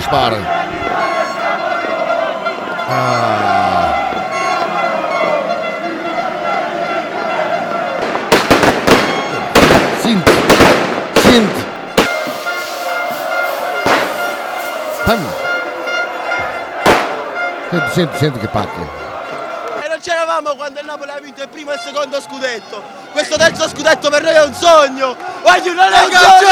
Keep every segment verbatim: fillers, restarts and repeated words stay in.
spara. Ah. Sint, Sint. Pam. Senti, senti, senti che pacche. E non c'eravamo quando il Napoli ha vinto il primo e il secondo scudetto. Questo terzo scudetto per noi è un sogno. Voglio non è un sogno.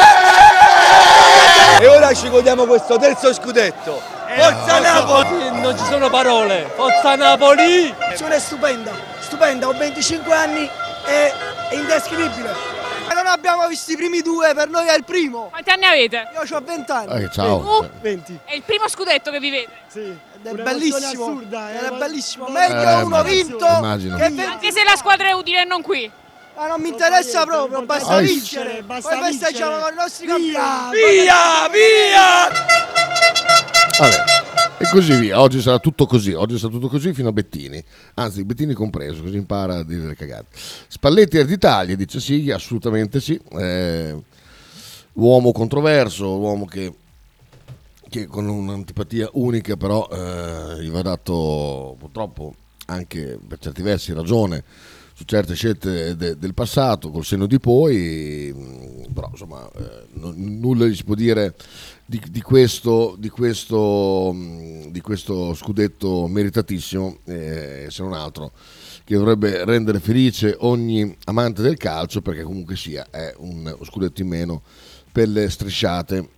E ora ci godiamo questo terzo scudetto. Forza Napoli! Non ci sono parole. Forza Napoli! L'azione è stupenda, stupenda, ho venticinque anni e è indescrivibile. Non abbiamo visto i primi due, per noi è il primo. Quanti anni avete? Io ho venti anni. Eh, ciao. Tu? venti. È il primo scudetto che vivete. Sì. Ed è bellissimo. Assurda, eh. è bellissimo. Eh, Meglio uno immagino, vinto immagino. che venti. Anche se la squadra è utile e non qui. Ma non mi interessa proprio, basta Ah, vincere. Poi festeggiamo con i nostri campioni. Via, via! Vabbè. E così via, oggi sarà tutto così, oggi sarà tutto così fino a Bettini, anzi Bettini compreso, così impara a dire le cagate. Spalletti è d'Italia, dice sì, assolutamente sì, eh, uomo controverso, uomo che, che con un'antipatia unica però eh, gli va dato purtroppo anche per certi versi ragione su certe scelte de, del passato, col senno di poi, però insomma eh, non, nulla gli si può dire di, di, questo, di, questo, di questo scudetto meritatissimo, eh, se non altro che dovrebbe rendere felice ogni amante del calcio, perché comunque sia è un scudetto in meno per le strisciate.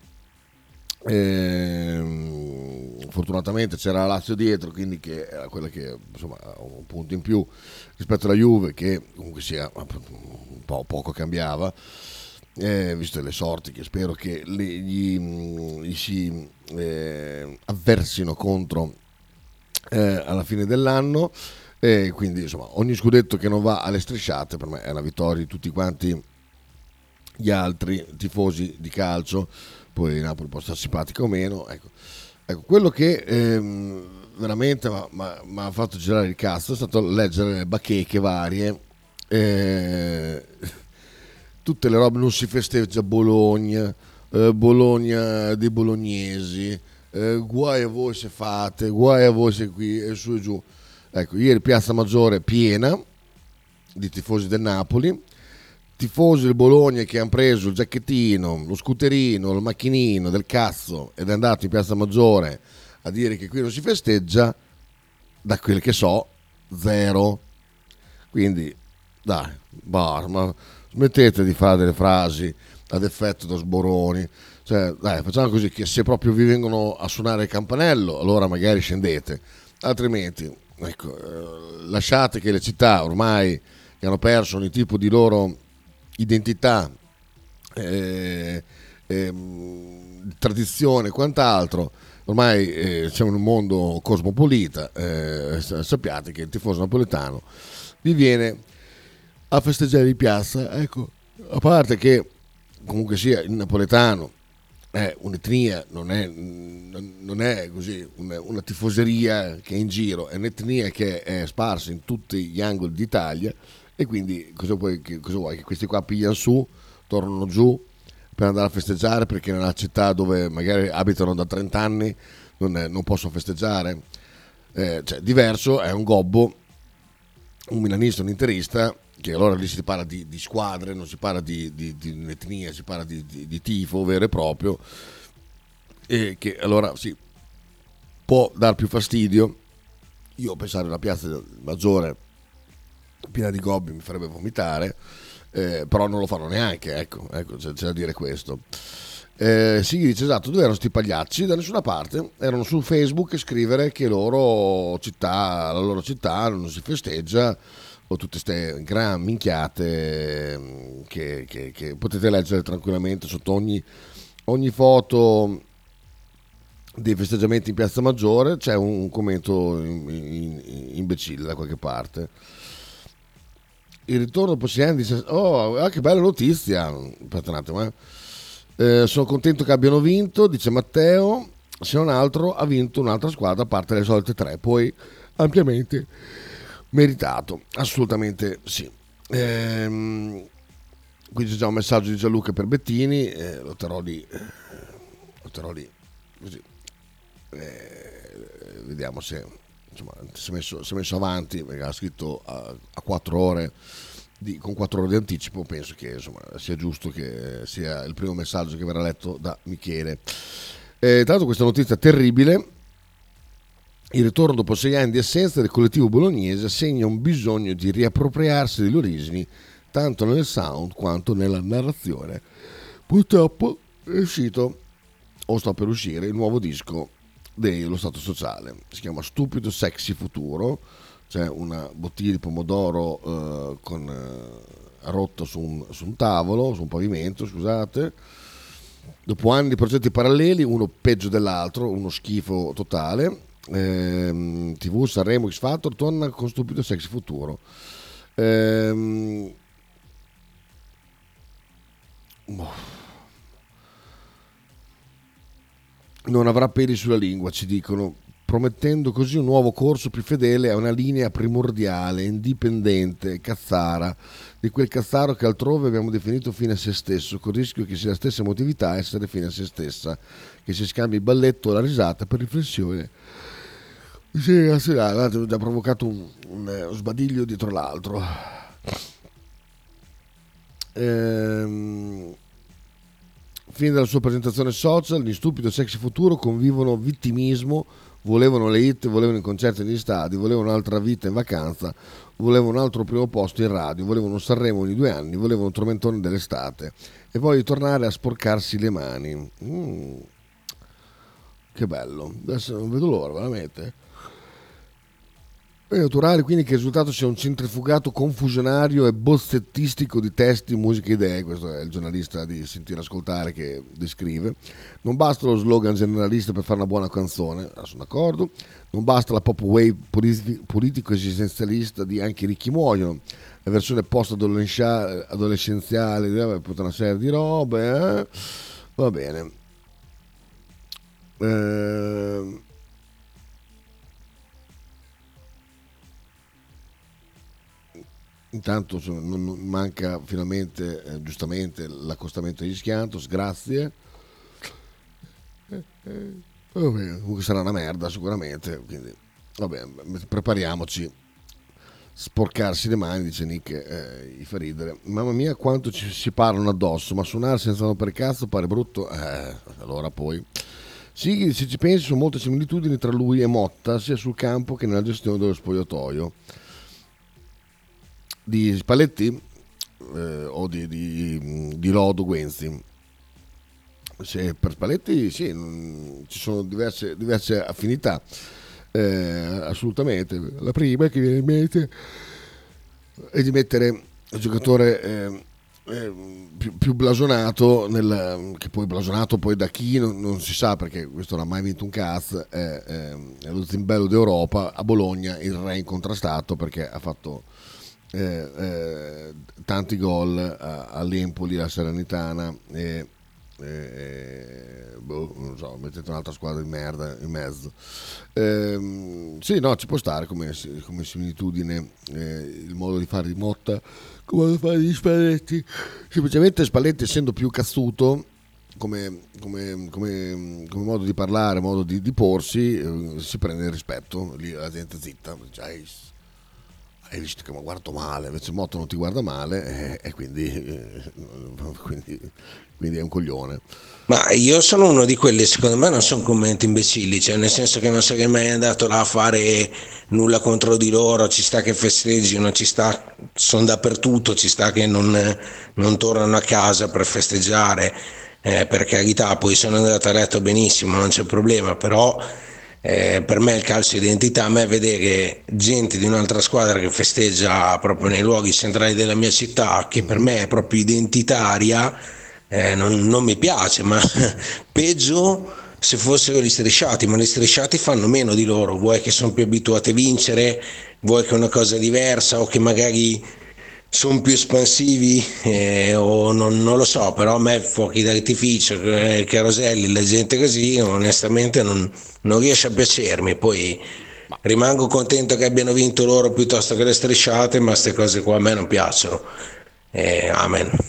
Eh, fortunatamente c'era la Lazio dietro, quindi che era quella che insomma ha un punto in più rispetto alla Juve, che comunque sia un po' poco cambiava, eh, visto le sorti che spero che li, gli, gli si eh, avversino contro eh, alla fine dell'anno, e quindi insomma ogni scudetto che non va alle strisciate per me è una vittoria di tutti quanti gli altri tifosi di calcio. Poi Napoli può stare simpatica o meno, ecco, ecco quello che ehm, veramente mi ha fatto girare il cazzo è stato leggere le bacheche varie, eh, tutte le robe, non si festeggia Bologna, eh, Bologna dei bolognesi, eh, guai a voi se fate, guai a voi se qui e su e giù. Ecco, ieri Piazza Maggiore piena di tifosi del Napoli, tifosi del Bologna che hanno preso il giacchettino, lo scooterino, il macchinino del cazzo ed è andato in Piazza Maggiore a dire che qui non si festeggia, da quel che so, zero. Quindi, dai, bar, ma smettete di fare delle frasi ad effetto da sboroni. Cioè, dai, facciamo così, che se proprio vi vengono a suonare il campanello, allora magari scendete. Altrimenti, ecco, eh, lasciate che le città ormai che hanno perso ogni tipo di loro identità, eh, eh, tradizione e quant'altro, ormai eh, siamo in un mondo cosmopolita, eh, sappiate che il tifoso napoletano vi viene a festeggiare in piazza, ecco, a parte che comunque sia il napoletano è un'etnia, non è, non è così una, una tifoseria che è in giro, è un'etnia che è sparsa in tutti gli angoli d'Italia. E quindi cosa vuoi, che, cosa vuoi? Che questi qua pigliano su, tornano giù per andare a festeggiare, perché nella città dove magari abitano da trenta anni non, è, non possono festeggiare. Eh, cioè, diverso è un gobbo, un milanista, un interista, che allora lì si parla di, di squadre, non si parla di, di, di un'etnia, si parla di, di, di tifo vero e proprio, e che allora sì, può dar più fastidio. Io pensare alla Piazza Maggiore piena di gobbi mi farebbe vomitare, eh, però non lo fanno neanche, ecco, ecco c'è, c'è da dire questo. Eh, sì, dice esatto, dove erano sti pagliacci? Da nessuna parte, erano su Facebook a scrivere che loro città, la loro città non si festeggia, o tutte ste gran minchiate che, che, che potete leggere tranquillamente sotto ogni, ogni foto dei festeggiamenti in Piazza Maggiore c'è un commento in, in, imbecille da qualche parte. Il ritorno possiamo dice oh ah, che bella notizia, aspetta un attimo eh. Eh, sono contento che abbiano vinto, dice Matteo, se non altro ha vinto un'altra squadra a parte le solite tre, poi ampiamente meritato, assolutamente sì. Ehm, qui c'è già un messaggio di Gianluca per Bettini, eh, Lotteroli, eh, Lotteroli così, eh, vediamo se insomma, si, è messo, si è messo avanti, perché ha scritto a, a quattro ore di, con quattro ore di anticipo. Penso che insomma, sia giusto che sia il primo messaggio che verrà letto da Michele. Eh, tra l'altro questa notizia terribile: il ritorno dopo sei anni di assenza del collettivo bolognese segna un bisogno di riappropriarsi delle origini tanto nel sound quanto nella narrazione. Purtroppo è uscito, o sta per uscire, il nuovo disco dello Stato Sociale. Si chiama Stupido Sexy Futuro. C'è una bottiglia di pomodoro eh, con, eh, rotta su un, su un tavolo, su un pavimento, scusate. Dopo anni di progetti paralleli, uno peggio dell'altro, uno schifo totale, ehm, tivù, Sanremo, X Factor, torna con Stupido Sexy Futuro. Ehm, boh. Non avrà peli sulla lingua, ci dicono, promettendo così un nuovo corso più fedele a una linea primordiale, indipendente, cazzara, di quel cazzaro che altrove abbiamo definito fine a se stesso, con il rischio che sia la stessa emotività a essere fine a se stessa, che si scambi il balletto o la risata per riflessione. Sì, ha già provocato un, un sbadiglio dietro l'altro. Ehm... Fine della sua presentazione social, in Stupido Sexy Futuro convivono vittimismo, volevano le hit, volevano i concerti negli stadi, volevano un'altra vita in vacanza, volevano un altro primo posto in radio, volevano un Sanremo ogni due anni, volevano un tormentone dell'estate e poi tornare a sporcarsi le mani. Mm, che bello, adesso non vedo l'ora, veramente. È naturale quindi che il risultato sia un centrifugato confusionario e bozzettistico di testi, musica e idee. Questo è il giornalista di Sentire Ascoltare che descrive. Non basta lo slogan generalista per fare una buona canzone, sono d'accordo. Non basta la pop wave politico-esistenzialista di Anche i ricchi muoiono, la versione post-adolescenziale, tutta una serie di robe. Eh? Va bene. Ehm... Intanto insomma, non manca finalmente eh, giustamente l'accostamento degli Schiantos, grazie. Eh, eh, vabbè, comunque sarà una merda sicuramente, quindi vabbè, prepariamoci. Sporcarsi le mani, dice Nick, eh, gli fa ridere. Mamma mia quanto ci si parlano addosso, ma suonare senza rompere cazzo pare brutto. Eh, allora poi sì, se ci pensi sono molte similitudini tra lui e Motta, sia sul campo che nella gestione dello spogliatoio. Di Spalletti eh, o di, di, di Lodo Guenzi. Se per Spalletti sì, mh, ci sono diverse, diverse affinità, eh, assolutamente. La prima che viene in mente è di mettere il giocatore eh, eh, più, più blasonato nel, che poi blasonato poi da chi non, non si sa, perché questo non ha mai vinto un cazzo, è, è, è lo zimbello d'Europa a Bologna, il re incontrastato, perché ha fatto Eh, eh, tanti gol a, all'Empoli, alla Salernitana e eh, boh, non so, mettete un'altra squadra di merda in mezzo. Eh, sì, no, ci può stare come, come similitudine eh, il modo di fare di Motta come modo di fare di Spalletti. Semplicemente Spalletti, essendo più cazzuto come, come, come, come modo di parlare, modo di, di porsi, eh, si prende il rispetto, lì la gente zitta, cioè, hai visto che mi guardo male, invece Motto non ti guarda male e, e quindi, eh, quindi, quindi è un coglione. Ma io sono uno di quelli, secondo me non sono commenti imbecilli, cioè nel senso che non sarei mai andato là a fare nulla contro di loro, ci sta che festeggino, ci sta, sono dappertutto, ci sta che non, non tornano a casa per festeggiare, eh, per carità, poi sono andato a letto benissimo, non c'è problema, però Eh, per me il calcio identità, a me vedere gente di un'altra squadra che festeggia proprio nei luoghi centrali della mia città, che per me è proprio identitaria, eh, non, non mi piace, ma peggio se fossero gli strisciati, ma gli strisciati fanno meno di loro, vuoi che sono più abituati a vincere, vuoi che è una cosa diversa o che magari sono più espansivi eh, o non, non lo so, però a me fuochi d'artificio, eh, caroselli, la gente così onestamente non, non riesce a piacermi. Poi rimango contento che abbiano vinto loro piuttosto che le strisciate, ma queste cose qua a me non piacciono. eh, amen.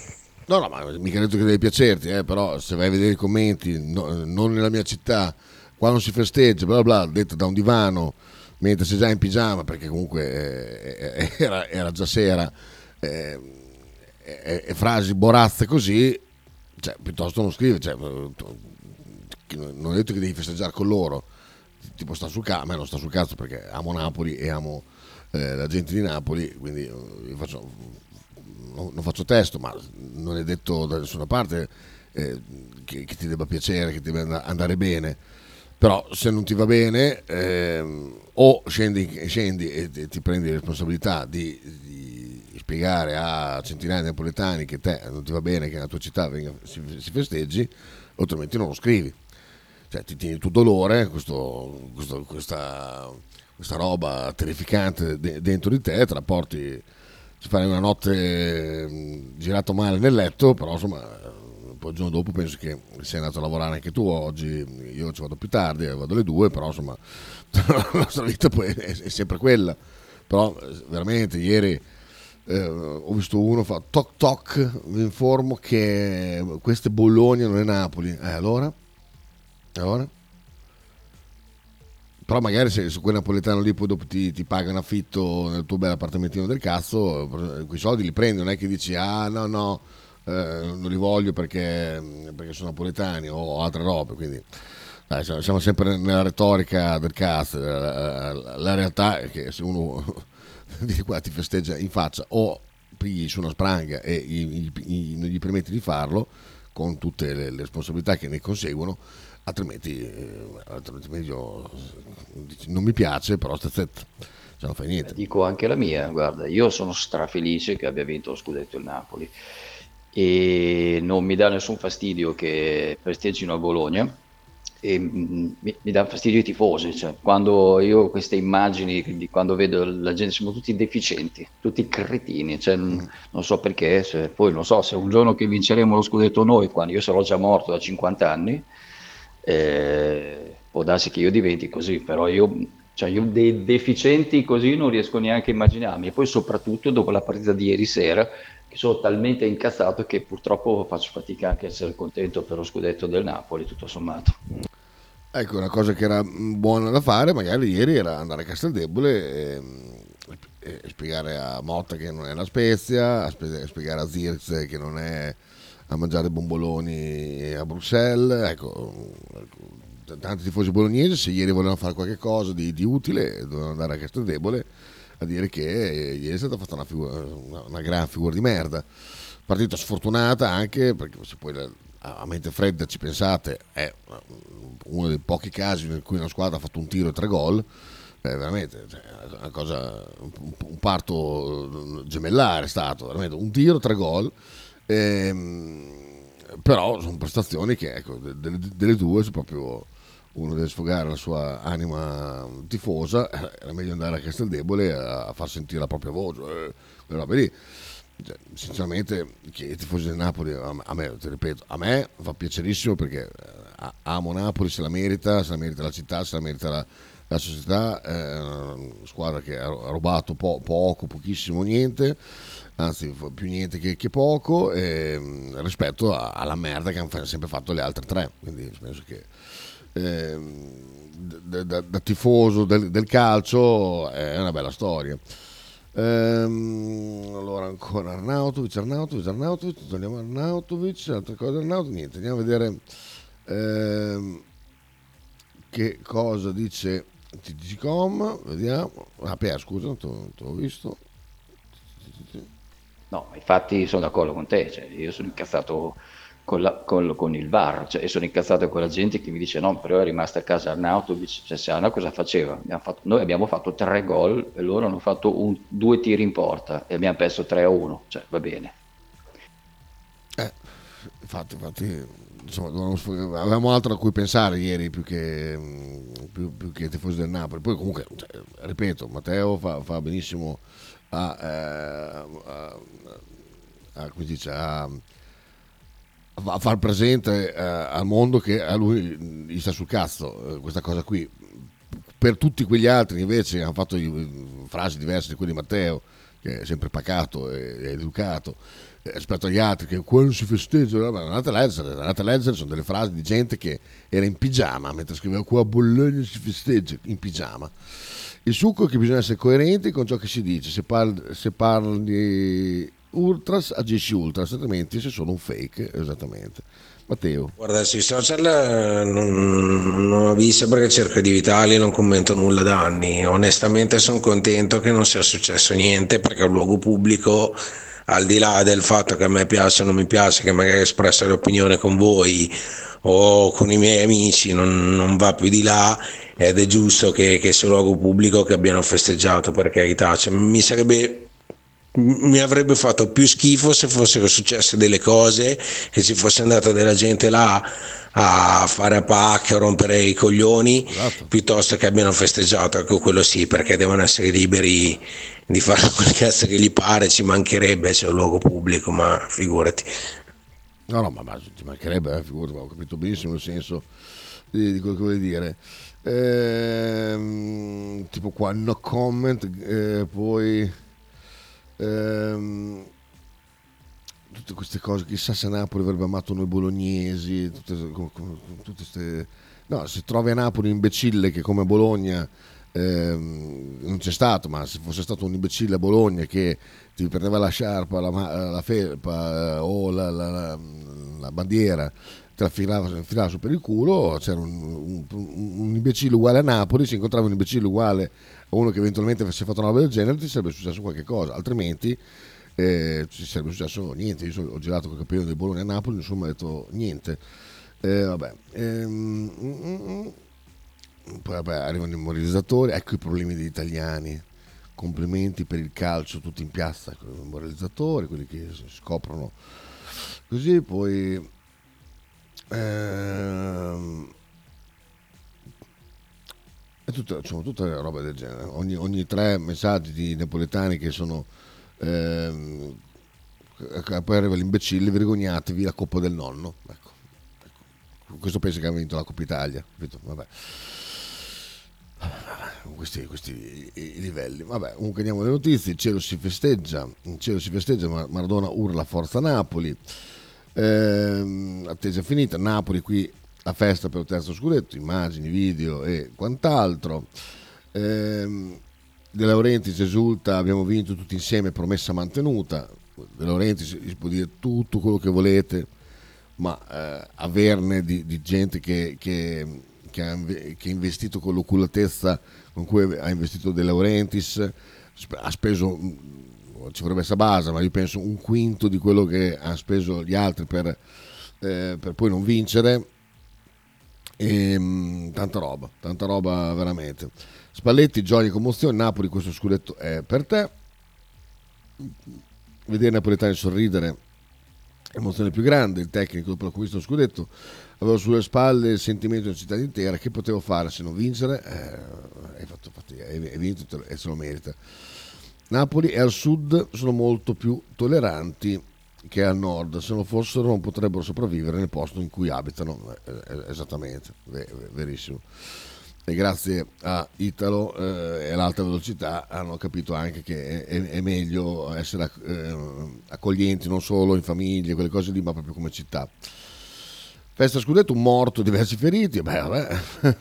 No, no, ma mica detto che deve piacerti, eh, però se vai a vedere i commenti, no, non nella mia città, qua non si festeggia, bla bla, bla, detto da un divano, mentre sei già in pigiama, perché comunque eh, era, era già sera, eh, e, e frasi borazze così, cioè, piuttosto non scrive, cioè, non ho detto che devi festeggiare con loro, tipo sta sul cazzo, a me non sta sul cazzo perché amo Napoli e amo eh, la gente di Napoli, quindi io faccio, non, non faccio testo, ma non è detto da nessuna parte eh, che, che ti debba piacere, che ti debba andare bene, però se non ti va bene eh, o scendi, scendi e ti, ti prendi la responsabilità di, di spiegare a centinaia di napoletani che te non ti va bene che nella tua città venga, si, si festeggi, altrimenti non lo scrivi. Cioè, ti tieni tu dolore, questo, questo, questa, questa roba terrificante de- dentro di te, te la porti, ci fai una notte mh, girato male nel letto, però insomma, poi il giorno dopo penso che sei andato a lavorare anche tu oggi, io ci vado più tardi, vado alle due, però insomma, la nostra vita poi è, è sempre quella. Però veramente ieri eh, ho visto uno fa toc toc, vi informo che questo è Bologna, non è Napoli. Eh allora? Allora? Però magari se su quel napoletano lì poi dopo ti, ti paga un affitto nel tuo bel appartamentino del cazzo, quei soldi li prendi, non è che dici ah no no eh, non li voglio perché, perché sono napoletani o altre robe, quindi dai, siamo sempre nella retorica del cazzo. La, la, la realtà è che se uno di qua ti festeggia in faccia o pigli su una spranga e gli, gli, non gli permetti di farlo con tutte le, le responsabilità che ne conseguono, altrimenti, eh, altrimenti meglio, non mi piace, però sta zitto, cioè non fai niente. Dico anche la mia, guarda, io sono strafelice che abbia vinto lo scudetto il Napoli e non mi dà nessun fastidio che festeggino a Bologna e mm, mi, mi dà fastidio i tifosi, cioè, quando io ho queste immagini di quando vedo la gente, siamo tutti deficienti, tutti cretini, cioè, mm. non so perché, se, poi non so se un giorno che vinceremo lo scudetto noi, quando io sarò già morto da cinquanta anni, eh, può darsi che io diventi così, però io, cioè io dei deficienti così non riesco neanche a immaginarmi, e poi soprattutto dopo la partita di ieri sera che sono talmente incazzato che purtroppo faccio fatica anche a essere contento per lo scudetto del Napoli, tutto sommato. Ecco, una cosa che era buona da fare magari ieri era andare a Casteldebole e, e spiegare a Motta che non è la Spezia, a spiegare a Zirz che non è a mangiare bomboloni a Bruxelles. Ecco, tanti tifosi bolognesi, se ieri volevano fare qualche cosa di, di utile, dovevano andare a Casteldebole a dire che ieri è stata fatta una, figura, una, una gran figura di merda. Partita sfortunata anche perché se poi a mente fredda ci pensate è uno dei pochi casi in cui una squadra ha fatto un tiro e tre gol. Beh, veramente, cioè, una cosa, un parto gemellare è stato, veramente un tiro, tre gol. Ehm, però sono prestazioni che, ecco, delle, delle due, se proprio uno deve sfogare la sua anima tifosa, era meglio andare a Casteldebole a, a far sentire la propria voce, eh, quelle robe lì. Cioè, sinceramente, che i tifosi del Napoli, a me, a me, ti ripeto, a me fa piacerissimo perché amo Napoli, se la merita, se la merita la città, se la merita la, la società, è una squadra che ha rubato po- poco, pochissimo, niente, anzi più niente che, che poco, e, rispetto a, alla merda che hanno sempre fatto le altre tre, quindi penso che eh, da, da, da tifoso del, del calcio è una bella storia. Ehm, allora ancora Arnautovic, Arnautovic, Arnautovic, torniamo a Arnautovic, altre cose Arnautovic, niente, andiamo a vedere ehm, che cosa dice T G Com, vediamo. Ah, Pia, scusa, ti ho visto. No, infatti sono d'accordo con te, cioè, io sono incazzato con, la, con, con il V A R, cioè, sono incazzato con la gente che mi dice no, però è rimasta a casa Arnautovic, cioè Sana cosa faceva? Abbiamo fatto, noi abbiamo fatto tre gol e loro hanno fatto un, due tiri in porta e abbiamo perso tre a uno, cioè va bene. Eh, infatti, infatti insomma, avevamo altro a cui pensare ieri più che, più, più che i tifosi del Napoli. Poi comunque, cioè, ripeto, Matteo fa, fa benissimo a, eh, a, a, come si dice, a, a far presente eh, al mondo che a lui gli sta sul cazzo eh, questa cosa qui. Per tutti quegli altri invece hanno fatto frasi diverse di quelle di Matteo, che è sempre pacato e, e educato, eh, rispetto agli altri che qua non si festeggia, andate a leggere, andate a leggere, sono delle frasi di gente che era in pigiama mentre scriveva qua a Bologna si festeggia, in pigiama. Il succo è che bisogna essere coerenti con ciò che si dice, se parli, se parli di ultras agisci ultras, altrimenti sei solo un fake, esattamente. Matteo. Guarda, sui social eh, non, non ho visto perché cerco di evitarli, non commento nulla da anni. Onestamente sono contento che non sia successo niente, perché è un luogo pubblico, al di là del fatto che a me piace o non mi piace, che magari espresso l'opinione con voi o con i miei amici, non, non va più di là, ed è giusto che, che sia un luogo pubblico, che abbiano festeggiato, per carità. Cioè, mi sarebbe mi avrebbe fatto più schifo se fossero successe delle cose, che ci fosse andata della gente là a fare a pacche, a rompere i coglioni, Esatto. piuttosto che abbiano festeggiato. Ecco, quello sì, perché devono essere liberi di fare quel cazzo che gli pare, ci mancherebbe, c'è un luogo pubblico, ma figurati. No, no, ma, ma ci mancherebbe, eh, figurati, ho capito benissimo il senso di, di quello che vuoi dire. Ehm, tipo qua, no comment, eh, poi... Ehm, tutte queste cose, chissà se Napoli avrebbe amato noi bolognesi, tutte, tutte queste... No, se trovi a Napoli un imbecille che come a Bologna ehm, non c'è stato, ma se fosse stato un imbecille a Bologna che ti prendeva la sciarpa, la, la felpa eh, o la, la, la, la bandiera, te la filava, filava su per il culo, c'era un, un, un imbecille uguale a Napoli, si incontrava un imbecille uguale a uno che eventualmente avesse fatto una roba del genere, ti sarebbe successo qualche cosa, altrimenti eh, ci sarebbe successo niente. Io ho girato col capello di Bologna a Napoli, nessuno mi ha detto niente. Eh, vabbè. Ehm, mm, mm, poi vabbè, arrivano i moralizzatori, ecco i problemi degli italiani. Complimenti per il calcio, tutti in piazza con i moralizzatori, quelli che scoprono così, poi ehm, è tutta, sono tutte robe del genere. Ogni, ogni tre messaggi di napoletani che sono ehm, poi arriva l'imbecille, vergognatevi, la Coppa del Nonno, ecco, ecco. Questo pensa che ha vinto la Coppa Italia, capito? Vabbè. Questi, questi i livelli. Vabbè, comunque andiamo alle notizie. Il cielo si festeggia, il cielo si festeggia, ma Maradona urla forza Napoli. Ehm, attesa finita, Napoli qui la festa per il terzo scudetto, immagini, video e quant'altro. Ehm, De Laurentiis esulta, abbiamo vinto tutti insieme, promessa mantenuta. De Laurentiis si può dire tutto quello che volete, ma eh, averne di, di gente che, che, che, ha, che ha investito con l'oculatezza con cui ha investito De Laurentiis, ha speso, ci vorrebbe essere base, ma io penso un quinto di quello che ha speso gli altri per, eh, per poi non vincere. E, mh, tanta roba, tanta roba veramente. Spalletti, gioia e commozione, Napoli questo scudetto è per te. Vedere i napoletani sorridere, emozione più grande. Il tecnico dopo l'acquisto dello scudetto aveva sulle spalle il sentimento della città intera. Che potevo fare se non vincere? Eh, hai fatto fatica, hai vinto e se lo merita. Napoli e al sud sono molto più tolleranti che al nord, se non fossero non potrebbero sopravvivere nel posto in cui abitano. Eh, esattamente, verissimo. E grazie a Italo eh, e all'alta velocità hanno capito anche che è, è meglio essere eh, accoglienti non solo in famiglie, quelle cose lì, ma proprio come città. Festa scudetto, un morto, diversi feriti. Beh, vabbè.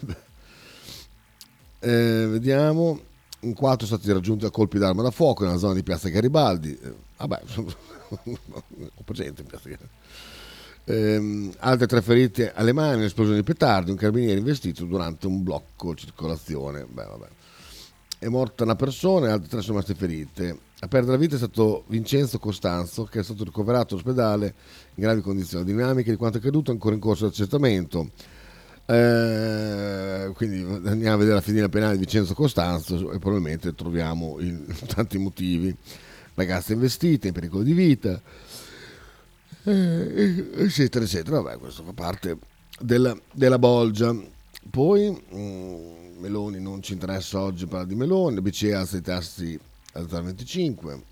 eh, vediamo. In quattro stati raggiunti a colpi d'arma da fuoco nella zona di Piazza Garibaldi. Eh, vabbè, ho presente in Piazza Garibaldi. Ehm, altre tre ferite alle mani, un'esplosione di petardi, un carabiniere investito durante un blocco circolazione. Beh, vabbè. È morta una persona e altre tre sono rimaste ferite. A perdere la vita è stato Vincenzo Costanzo, che è stato ricoverato all'ospedale in gravi condizioni dinamiche di quanto accaduto, ancora in corso di accertamento. Eh, quindi andiamo a vedere la fedina penale di Vincenzo Costanzo e probabilmente troviamo in tanti motivi. Ragazza investita, in pericolo di vita, eccetera eccetera. Vabbè, questo fa parte della, della bolgia. Poi mh, Meloni non ci interessa oggi parlare di Meloni. La B C E alza i tassi al zero virgola venticinque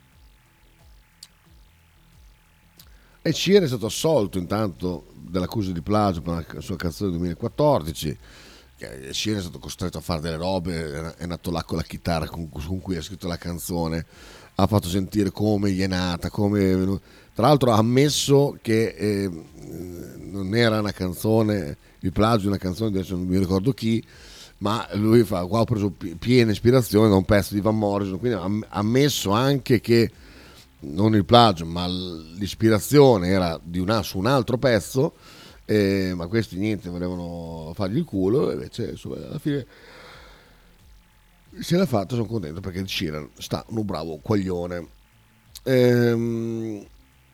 e Ciera è stato assolto intanto dall'accusa di plagio per la sua canzone del duemilaquattordici, perché Sheeran è stato costretto a fare delle robe, è nato là con la chitarra con, con cui ha scritto la canzone, ha fatto sentire come gli è nata, come... tra l'altro ha ammesso che eh, non era una canzone, il plagio di una canzone, adesso non mi ricordo chi, ma lui fa, qua ho preso piena ispirazione da un pezzo di Van Morrison, quindi ha ammesso anche che non il plagio ma l'ispirazione era di una, su un altro pezzo, eh, ma questi niente, volevano fargli il culo, e invece insomma, alla fine se l'ha fatta, sono contento perché Sheeran sta un bravo coglione. Ehm,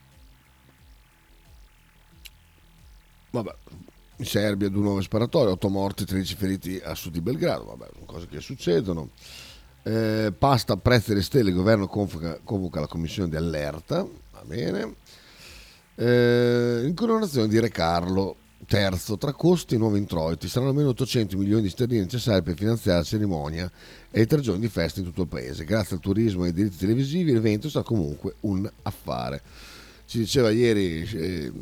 vabbè, in Serbia due nuove sparatorie, otto morti, tredici feriti a sud di Belgrado, vabbè, sono cose che succedono. Eh, pasta prezzi delle stelle, il governo convoca, convoca la commissione di allerta, va bene. Eh, incoronazione di Re Carlo terzo, tra costi e nuovi introiti saranno almeno ottocento milioni di sterline necessari per finanziare la cerimonia e i tre giorni di festa in tutto il paese. Grazie al turismo e ai diritti televisivi l'evento sarà comunque un affare. Ci diceva ieri eh,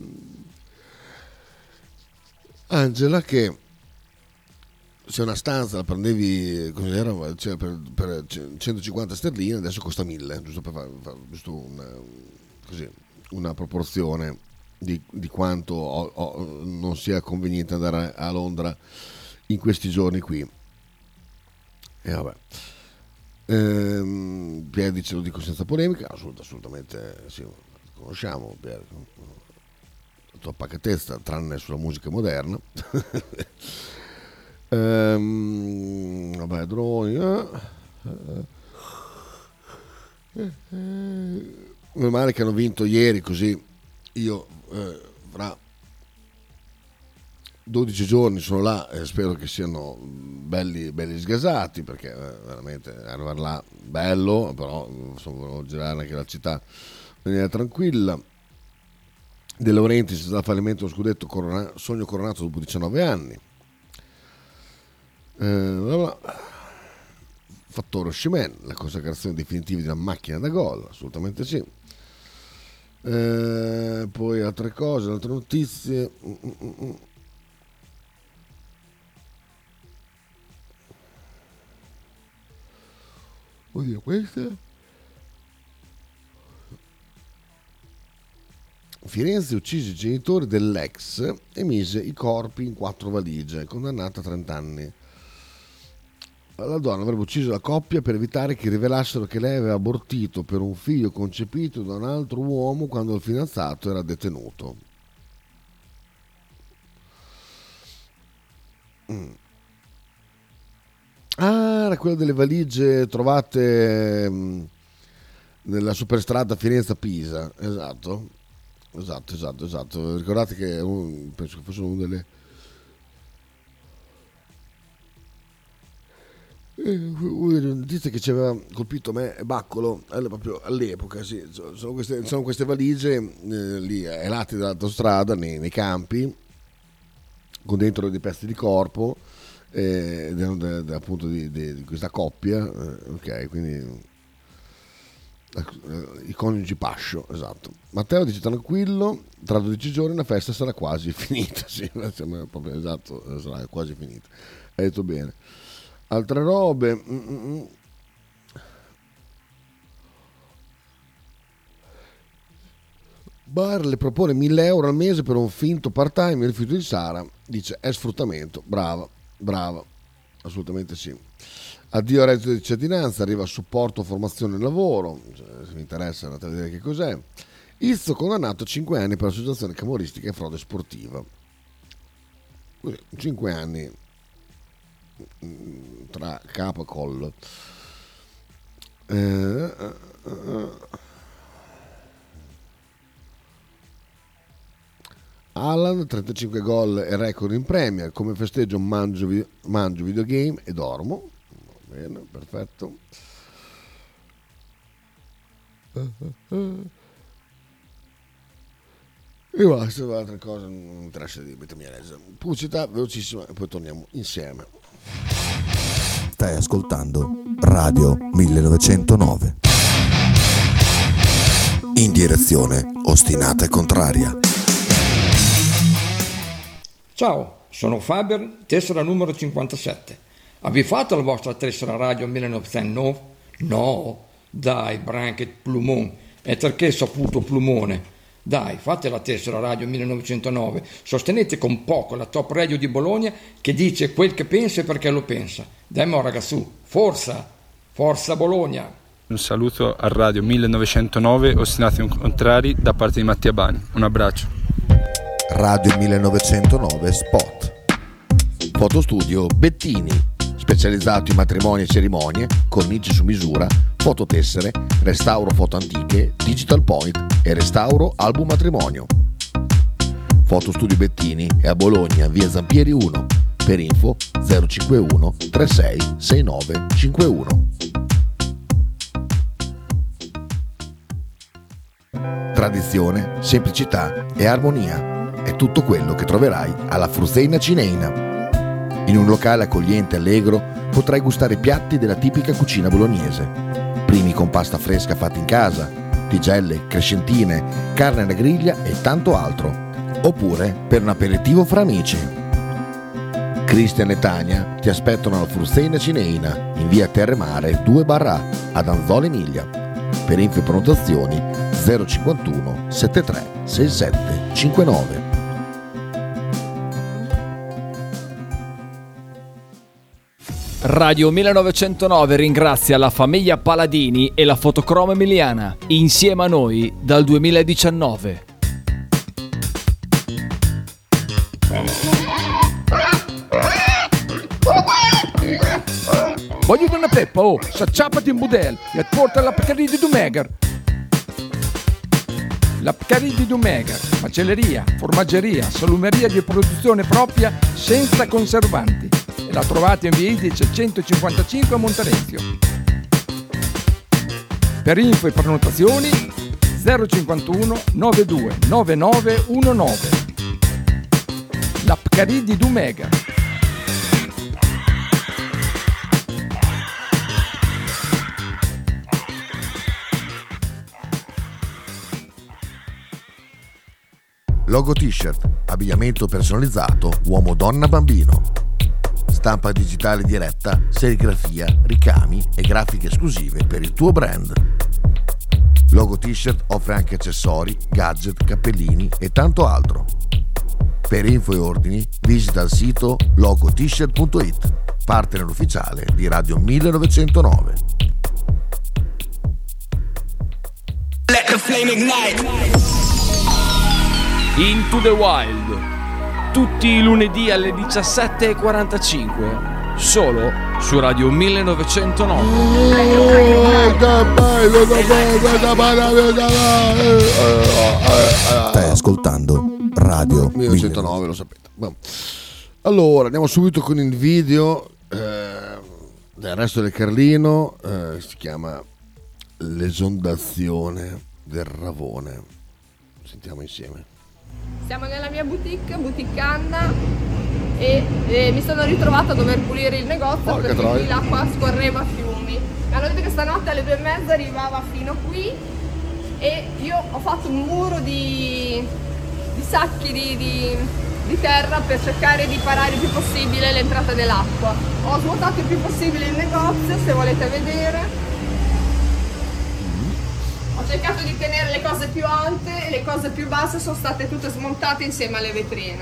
Angela che se una stanza la prendevi cos'era, cioè per, per centocinquanta sterline, adesso costa mille, giusto per fare, giusto una, così, una proporzione di, di quanto ho, ho, non sia conveniente andare a Londra in questi giorni qui. E vabbè. Ehm, Pier dice, lo dico senza polemica, assolut- assolutamente sì, conosciamo Pier, la tua pacatezza, tranne sulla musica moderna. ehm, vabbè, droni, eh. Eh, eh. Meno male che hanno vinto ieri, così io eh, fra dodici giorni sono là e spero che siano belli, belli sgasati, perché eh, veramente arrivare là bello, però insomma, volevo girare anche la città in maniera tranquilla. De Laurentiis dal fallimento dello scudetto, corona, sogno coronato dopo diciannove anni. Eh, Fattore Oshimen, la consacrazione definitiva di una macchina da gol, assolutamente sì. Eh, poi altre cose, altre notizie. Mm-mm. Oddio, queste. Firenze uccise i genitori dell'ex e mise i corpi in quattro valigie, condannata a trenta anni. La donna avrebbe ucciso la coppia per evitare che rivelassero che lei aveva abortito per un figlio concepito da un altro uomo quando il fidanzato era detenuto. Mm. Ah, era quello delle valigie trovate mh, nella superstrada Firenze-Pisa, esatto. Esatto, esatto, esatto. Ricordate che un, penso che fosse una delle una delle notizie che ci aveva colpito me e Baccolo proprio all'epoca, sì. Sono queste, sono queste valigie eh, lì ai lati dell'autostrada, nei, nei campi, con dentro dei pezzi di corpo, eh, de, de, de, appunto di, de, di questa coppia, eh, ok, quindi i coniugi Pascio, esatto. Matteo dice tranquillo, tra dodici giorni la festa sarà quasi finita. Sì, proprio, esatto, sarà quasi finita, hai detto bene. Altre robe. Mm-mm. Bar le propone mille euro al mese per un finto part time, il rifiuto di Sara, dice è sfruttamento. Brava, brava, assolutamente sì. Addio al reddito di cittadinanza, arriva supporto, formazione e lavoro, cioè, se vi interessa andate a vedere che cos'è. Izzo condannato a cinque anni per associazione camoristica e frode sportiva. Così, cinque anni tra capo e collo. Eh, eh, eh. Alan, trentacinque gol e record in Premier, come festeggio mangio, mangio videogame e dormo. Bene, perfetto. E basta, altre cose non mi interessa di mettermi a leggere. Pubblicità velocissima e poi torniamo insieme. Stai ascoltando Radio millenovecentonove. In direzione ostinata e contraria. Ciao, Sono Faber, tessera numero cinquantasette. Avete fatto la vostra tessera radio millenovecentonove? No, dai, Branket Plumon, e perché saputo Plumone? Dai, fate la tessera radio millenovecentonove, sostenete con poco la top radio di Bologna che dice quel che pensa e perché lo pensa. Dai mo ragazzu, forza, forza Bologna. Un saluto a Radio millenovecentonove, ostinati contrari, da parte di Mattia Bani. Un abbraccio. Radio millenovecentonove Spot. Fotostudio Bettini, specializzato in matrimoni e cerimonie, cornici su misura, fototessere, restauro foto antiche, digital point e restauro album matrimonio. Fotostudio Bettini è a Bologna, via Zampieri uno. Per info zero cinquantuno trentasei sessantanove cinquantuno. Tradizione, semplicità e armonia è tutto quello che troverai alla Fruzeina Cineina. In un locale accogliente e allegro potrai gustare piatti della tipica cucina bolognese. Primi con pasta fresca fatta in casa, tigelle, crescentine, carne alla griglia e tanto altro. Oppure per un aperitivo fra amici. Cristian e Tania ti aspettano alla Fruzeina Cineina in via Terremare due barra A ad Anzola Emilia. Per info e prenotazioni zero cinquantuno settantatré sessantasette cinquantanove. Radio millenovecentonove ringrazia la famiglia Paladini e la Fotocromo Emiliana, insieme a noi dal duemiladiciannove. Voglio una peppa, oh, s'acciappati in budel e porta la Pcaridi di Dumegar. La Pcaridi di Dumegar, macelleria, formaggeria, salumeria di produzione propria senza conservanti. E la trovate in via Idice centocinquantacinque a Monterezio. Per info e prenotazioni zero cinquantuno novantadue novantanove diciannove. La Pcaridi di Dumegar. Logo t-shirt, abbigliamento personalizzato, uomo, donna, bambino. Stampa digitale diretta, serigrafia, ricami e grafiche esclusive per il tuo brand. Logo t-shirt offre anche accessori, gadget, cappellini e tanto altro. Per info e ordini visita il sito logo t shirt punto it, partner ufficiale di Radio millenovecentonove. Let the flame ignite. Into the Wild, tutti i lunedì alle diciassette e quarantacinque, solo su Radio millenovecentonove. Stai ascoltando Radio millenovecentonove, lo sapete. Beh. Allora, andiamo subito con il video eh, del resto del Carlino, eh, si chiama L'esondazione del Ravone. Sentiamo insieme. Siamo nella mia boutique, boutique Anna, e, e mi sono ritrovata a dover pulire il negozio. Porca perché troia. Qui l'acqua scorreva a fiumi. Mi hanno detto che stanotte alle due e mezza arrivava fino qui e io ho fatto un muro di, di sacchi di, di, di terra per cercare di parare il più possibile l'entrata dell'acqua. Ho svuotato il più possibile il negozio, se volete vedere. Ho cercato di tenere le cose più alte e le cose più basse sono state tutte smontate insieme alle vetrine.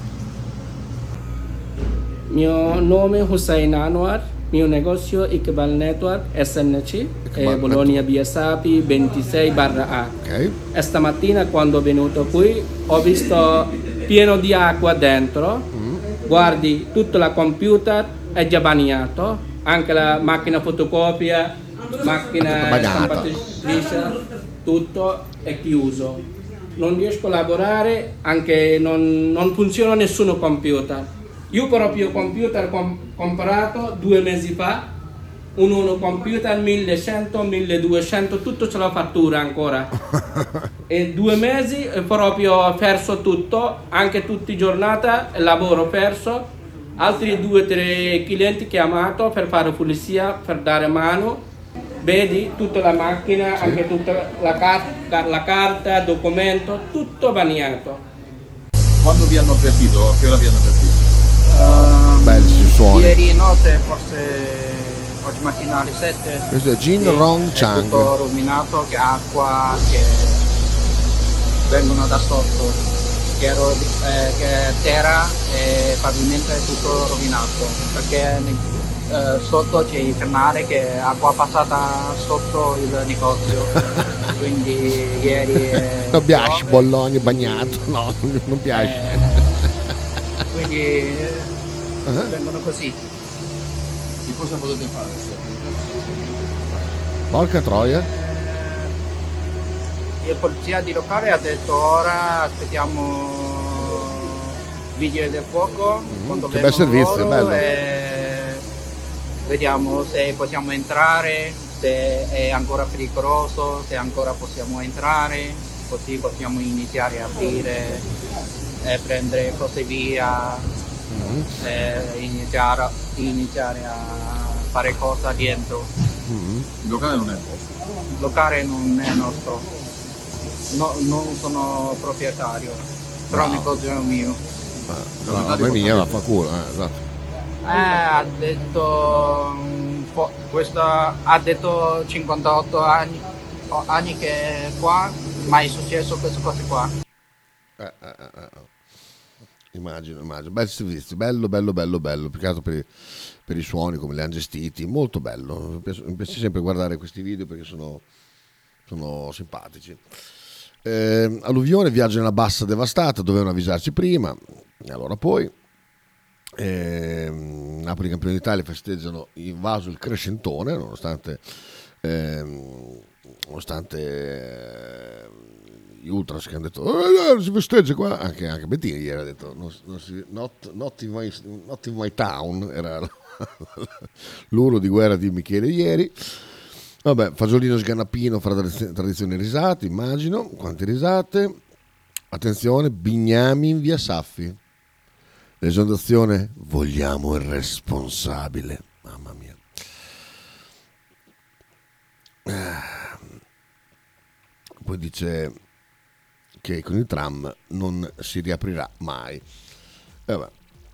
Mio nome è Hussein Anwar, mio negozio Iqbal Network S N C, e Bologna Via Sapi ventisei barra A. Okay. E stamattina quando ho venuto qui ho visto pieno di acqua dentro, mm. Guardi, tutto il computer è già bagnato, anche la macchina fotocopia, macchina stampatrice, tutto è chiuso. Non riesco a lavorare, anche non, non funziona nessun computer. Io proprio computer com- comprato due mesi fa, un uno computer millecento, milleduecento, tutto c'è la fattura ancora. E due mesi è proprio perso tutto, anche tutti i giornata lavoro perso. Altri due o tre clienti chiamato per fare pulizia, per dare mano. Vedi tutta la macchina, sì. Anche tutta la carta, la carta, documento, tutto bagnato. Quando vi hanno avvertito? A che ora vi hanno avvertito? Uh, Belli suoni. Ieri notte, forse oggi mattina alle sette. Questo è Jin sì, Rong è Chang. tutto rovinato, che acqua che vengono da sotto, che, ro- eh, che terra e pavimento è tutto rovinato, perché eh, sotto c'è il canale che è acqua passata sotto il negozio. Quindi ieri è non piace Bologna bagnato, no, non piace. Eh, quindi uh-huh. vengono così. Che cosa potete fare? Porca troia. Il polizia di locale ha detto ora aspettiamo vigili del fuoco, mm, quando che bel servizio, loro, bello. E vediamo se possiamo entrare, se è ancora pericoloso, se ancora possiamo entrare, così possiamo iniziare a aprire e prendere cose via, mm. e iniziare, iniziare a fare cosa dentro. Mm. Il locale non è vostro? Il locale non è nostro, no, non sono proprietario, però no. il negozio è mio. No, no, no, è mia, ma fa culo, eh, esatto. Eh, ha detto questo ha detto cinquantotto anni, anni che è qua, ma è successo queste cose qua. Eh, eh, eh. Immagino, immagino. Bel servizio, bello, bello, bello, bello. Più che altro per, per i suoni, come li hanno gestiti, molto bello. Mi piace, mi piace sempre guardare questi video perché sono, sono simpatici. Eh, alluvione, viaggio nella bassa devastata, dovevano avvisarci prima. E allora poi eh, Napoli campione d'Italia, festeggiano invaso il Crescentone nonostante eh, nonostante eh, gli ultras che hanno detto oh, si festeggia qua, anche, anche Bettini ieri ha detto non, non si, not, not, in my, not in my town, era l'urlo di guerra di Michele ieri. Vabbè, fagiolino sganappino fra tradizioni e risate, immagino. Quante risate. Attenzione, Bignami in via Saffi. L'esondazione, vogliamo il responsabile. Mamma mia. Poi dice che con il tram non si riaprirà mai. Vabbè.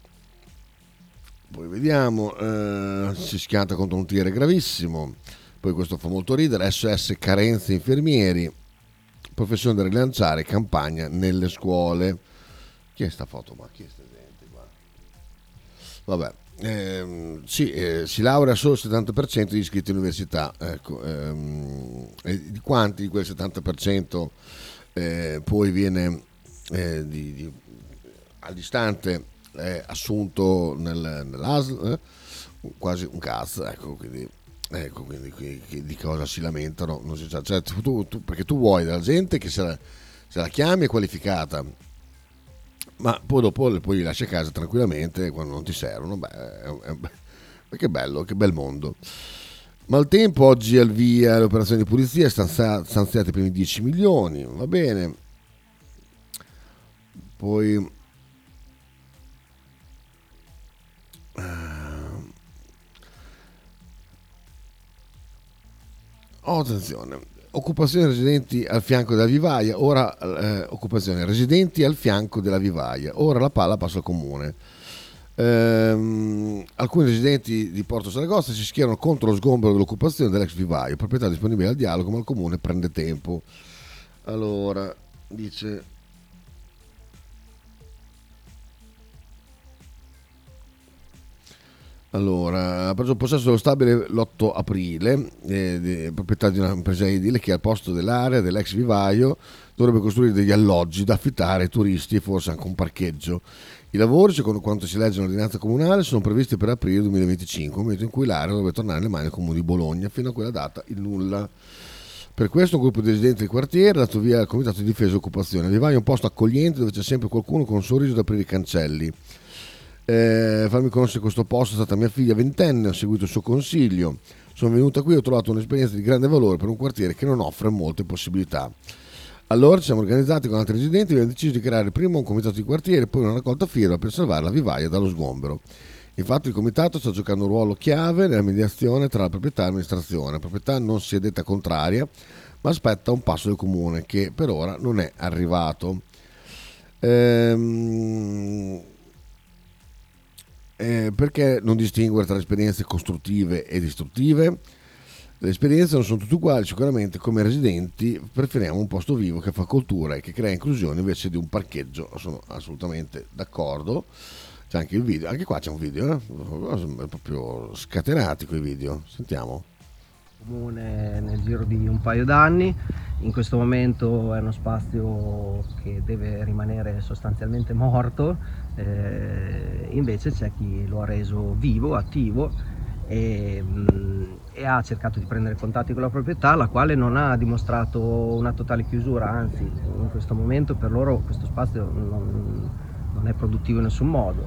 Poi vediamo, eh, si schianta contro un tigre gravissimo. Poi questo fa molto ridere, S O S carenze infermieri, professione da rilanciare, campagna nelle scuole. Chi è sta foto? Ma chi è sta gente qua? Vabbè, ehm, sì, eh, si laurea solo il settanta per cento di iscritti all'università. Ecco, ehm, e di quanti di quel settanta per cento eh, poi viene eh, di, di, all'istante eh, assunto nel, nell'A S L? Eh? Quasi un cazzo, ecco, quindi... Ecco, quindi qui, qui, di cosa si lamentano, non si sa, cioè, tu, tu, perché tu vuoi della gente che se la, se la chiami è qualificata, ma poi dopo poi li lasci a casa tranquillamente quando non ti servono. Beh, è, è, è, che bello, che bel mondo. Maltempo, oggi al via le operazioni di pulizia, stanziate i primi dieci milioni, va bene. Poi oh, attenzione, occupazione residenti al fianco della vivaia, ora eh, occupazione residenti al fianco della vivaia, ora la palla passa al comune. Ehm, alcuni residenti di Porto Saragossa si schierano contro lo sgombero dell'occupazione dell'ex vivaio, proprietà disponibile al dialogo, ma il comune prende tempo. Allora, dice... Allora, ha preso possesso dello stabile l'otto aprile, eh, di, proprietà di una impresa edile che al posto dell'area dell'ex vivaio dovrebbe costruire degli alloggi da affittare ai turisti e forse anche un parcheggio. I lavori, secondo quanto si legge nell'ordinanza comunale, sono previsti per aprile duemilaventicinque, momento in cui l'area dovrebbe tornare nelle mani del comune di Bologna. Fino a quella data il nulla. Per questo un gruppo di residenti del quartiere ha dato via al comitato di difesa e occupazione. Il vivaio è un posto accogliente dove c'è sempre qualcuno con un sorriso da aprire i cancelli. Eh, farmi conoscere questo posto è stata mia figlia ventenne, ho seguito il suo consiglio, sono venuta qui e ho trovato un'esperienza di grande valore per un quartiere che non offre molte possibilità. Allora ci siamo organizzati con altri residenti e abbiamo deciso di creare prima un comitato di quartiere e poi una raccolta firma per salvare la vivaia dallo sgombero. Infatti il comitato sta giocando un ruolo chiave nella mediazione tra la proprietà e l'amministrazione. La proprietà non si è detta contraria, ma aspetta un passo del comune che per ora non è arrivato. Ehm... Eh, perché non distinguere tra esperienze costruttive e distruttive? Le esperienze non sono tutte uguali, sicuramente come residenti preferiamo un posto vivo che fa cultura e che crea inclusione invece di un parcheggio, sono assolutamente d'accordo. C'è anche il video, anche qua c'è un video, eh? È proprio scatenati quei video, sentiamo. Comune nel giro di un paio d'anni, in questo momento è uno spazio che deve rimanere sostanzialmente morto, eh, invece c'è chi lo ha reso vivo, attivo e, mh, e ha cercato di prendere contatti con la proprietà, la quale non ha dimostrato una totale chiusura, anzi in questo momento per loro questo spazio non, non è produttivo in nessun modo.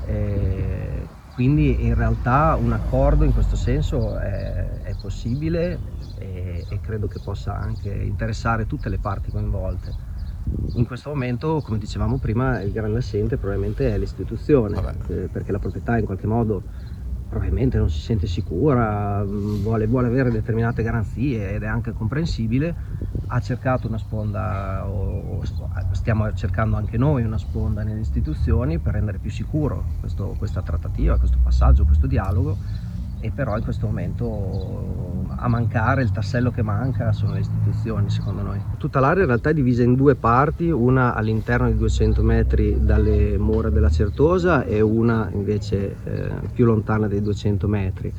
Eh, quindi in realtà un accordo in questo senso è, è possibile e, e credo che possa anche interessare tutte le parti coinvolte. In questo momento, come dicevamo prima, il grande assente probabilmente è l'istituzione, eh, perché la proprietà in qualche modo probabilmente non si sente sicura, vuole, vuole avere determinate garanzie ed è anche comprensibile, ha cercato una sponda, o, o stiamo cercando anche noi una sponda nelle istituzioni per rendere più sicuro questo, questa trattativa, questo passaggio, questo dialogo, e però in questo momento a mancare, il tassello che manca sono le istituzioni secondo noi. Tutta l'area in realtà è divisa in due parti, una all'interno di duecento metri dalle mura della Certosa e una invece eh, più lontana dei duecento metri.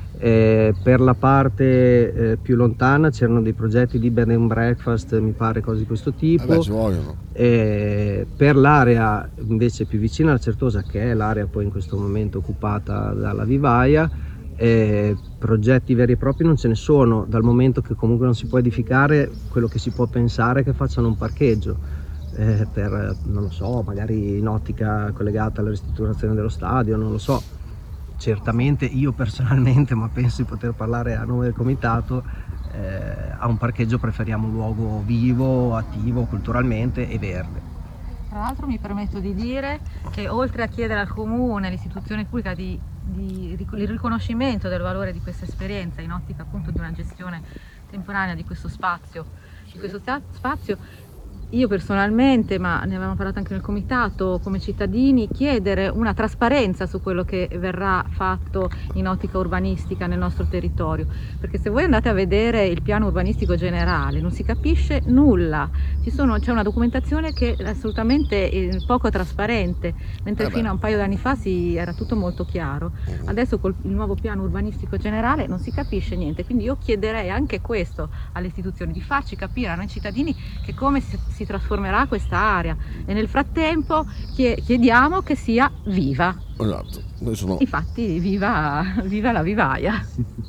Eh, per la parte eh, più lontana c'erano dei progetti di bed and breakfast, mi pare, cose di questo tipo. Vabbè, ci vogliono. Eh, per l'area invece più vicina alla Certosa, che è l'area poi in questo momento occupata dalla vivaia, Eh, progetti veri e propri non ce ne sono, dal momento che comunque non si può edificare quello che si può pensare è che facciano un parcheggio eh, per, non lo so, magari in ottica collegata alla ristrutturazione dello stadio, non lo so. Certamente io personalmente, ma penso di poter parlare a nome del comitato, eh, a un parcheggio preferiamo un luogo vivo, attivo culturalmente e verde. Tra l'altro mi permetto di dire che oltre a chiedere al comune, all'istituzione pubblica di, di, di il riconoscimento del valore di questa esperienza in ottica appunto di una gestione temporanea di questo spazio, di questo spazio, io personalmente, ma ne avevamo parlato anche nel comitato, come cittadini, chiedere una trasparenza su quello che verrà fatto in ottica urbanistica nel nostro territorio, perché se voi andate a vedere il piano urbanistico generale non si capisce nulla, Ci sono, c'è una documentazione che è assolutamente eh, poco trasparente, mentre eh fino a un paio d'anni fa si, era tutto molto chiaro. Adesso col il nuovo piano urbanistico generale non si capisce niente, quindi io chiederei anche questo alle istituzioni, di farci capire a noi cittadini che come si, si trasformerà questa area, e nel frattempo chiediamo che sia viva. Esatto. Sono... Infatti viva, viva la vivaia.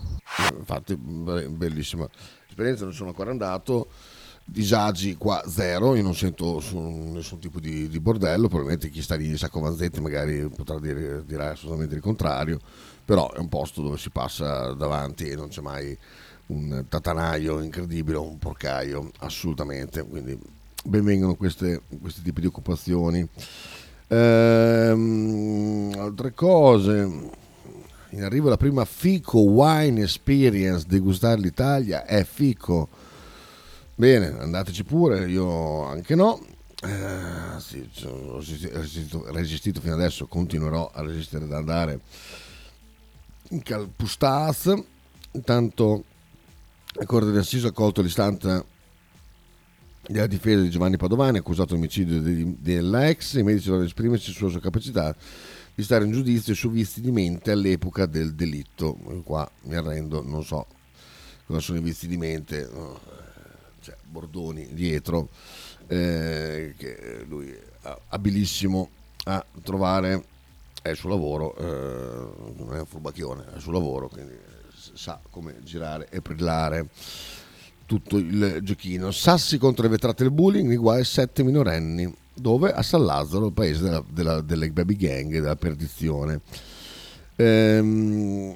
Infatti bellissima esperienza, non sono ancora andato, disagi qua zero, io non sento nessun tipo di, di bordello, probabilmente chi sta lì in Sacco Vanzetti magari potrà dire, dirà assolutamente il contrario, però è un posto dove si passa davanti e non c'è mai un tatanaio incredibile o un porcaio, assolutamente, quindi benvengano queste, questi tipi di occupazioni. Ehm, altre cose, in arrivo la prima Fico Wine Experience, degustare l'Italia è Fico, bene, andateci pure, io anche no, eh, sì, ho resistito, resistito fino adesso, continuerò a resistere ad andare in Calpustaz. Intanto la Corte d'Assise ha accolto l'istanza della difesa di Giovanni Padovani, accusato di omicidio della ex. I medici dovranno esprimersi sulla sua capacità di stare in giudizio su vizi di mente all'epoca del delitto. Qua mi arrendo, non so cosa sono i vizi di mente, no, c'è Bordoni dietro, eh, che lui è abilissimo a trovare, è il suo lavoro, eh, non è un furbacchione, è il suo lavoro, quindi sa come girare e brillare tutto il giochino. Sassi contro le vetrate del bullying, nei guai sette minorenni, dove? A San Lazzaro, il paese della, della, delle baby gang e della perdizione. Ehm,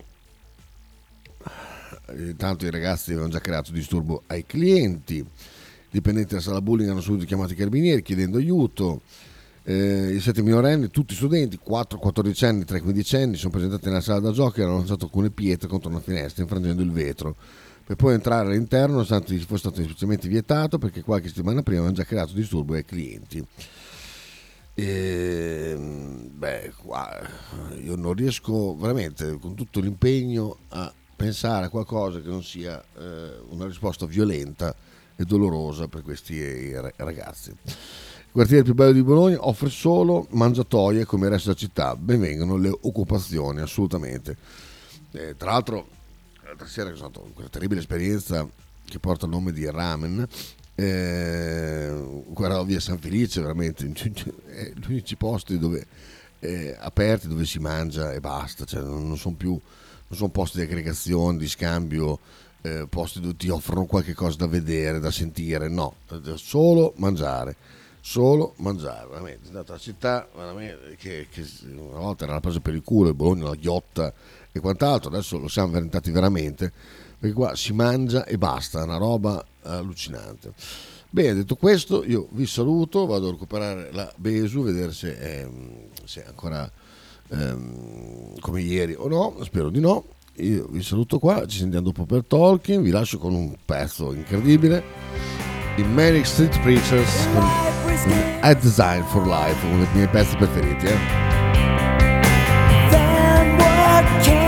intanto i ragazzi avevano già creato disturbo ai clienti, i dipendenti della sala bullying hanno subito chiamato i carabinieri chiedendo aiuto. Eh, i sette minorenni, tutti studenti, quattro quattordicenni, tre quindicenni, sono presentati nella sala da giochi e hanno lanciato alcune pietre contro una finestra infrangendo il vetro, per poi entrare all'interno nonostante fosse stato esplicitamente vietato, perché qualche settimana prima avevano già creato disturbo ai clienti. E, beh, qua io non riesco veramente con tutto l'impegno a pensare a qualcosa che non sia eh, una risposta violenta e dolorosa per questi eh, ragazzi. Il quartiere più bello di Bologna offre solo mangiatoie come il resto della città, benvengano le occupazioni, assolutamente. Eh, tra l'altro l'altra sera è stata quella terribile esperienza che porta il nome di ramen, eh, guarda via San Felice, veramente gli unici posti dove eh, aperti dove si mangia e basta, cioè non, non sono più non sono posti di aggregazione, di scambio, eh, posti dove ti offrono qualche cosa da vedere, da sentire, no, solo mangiare, solo mangiare, veramente. È andata la città veramente, che, che una volta era la presa per il culo, il Bologna, la ghiotta e quant'altro, adesso lo siamo diventati veramente, perché qua si mangia e basta, è una roba allucinante. Bene, detto questo, io vi saluto, vado a recuperare la Besu, vedere se è, se è ancora ehm, come ieri o no, spero di no. Io vi saluto qua, ci sentiamo dopo per Talking, vi lascio con un pezzo incredibile, i Manic Street Preachers con A Design for Life, uno dei miei pezzi preferiti. Eh. Then what can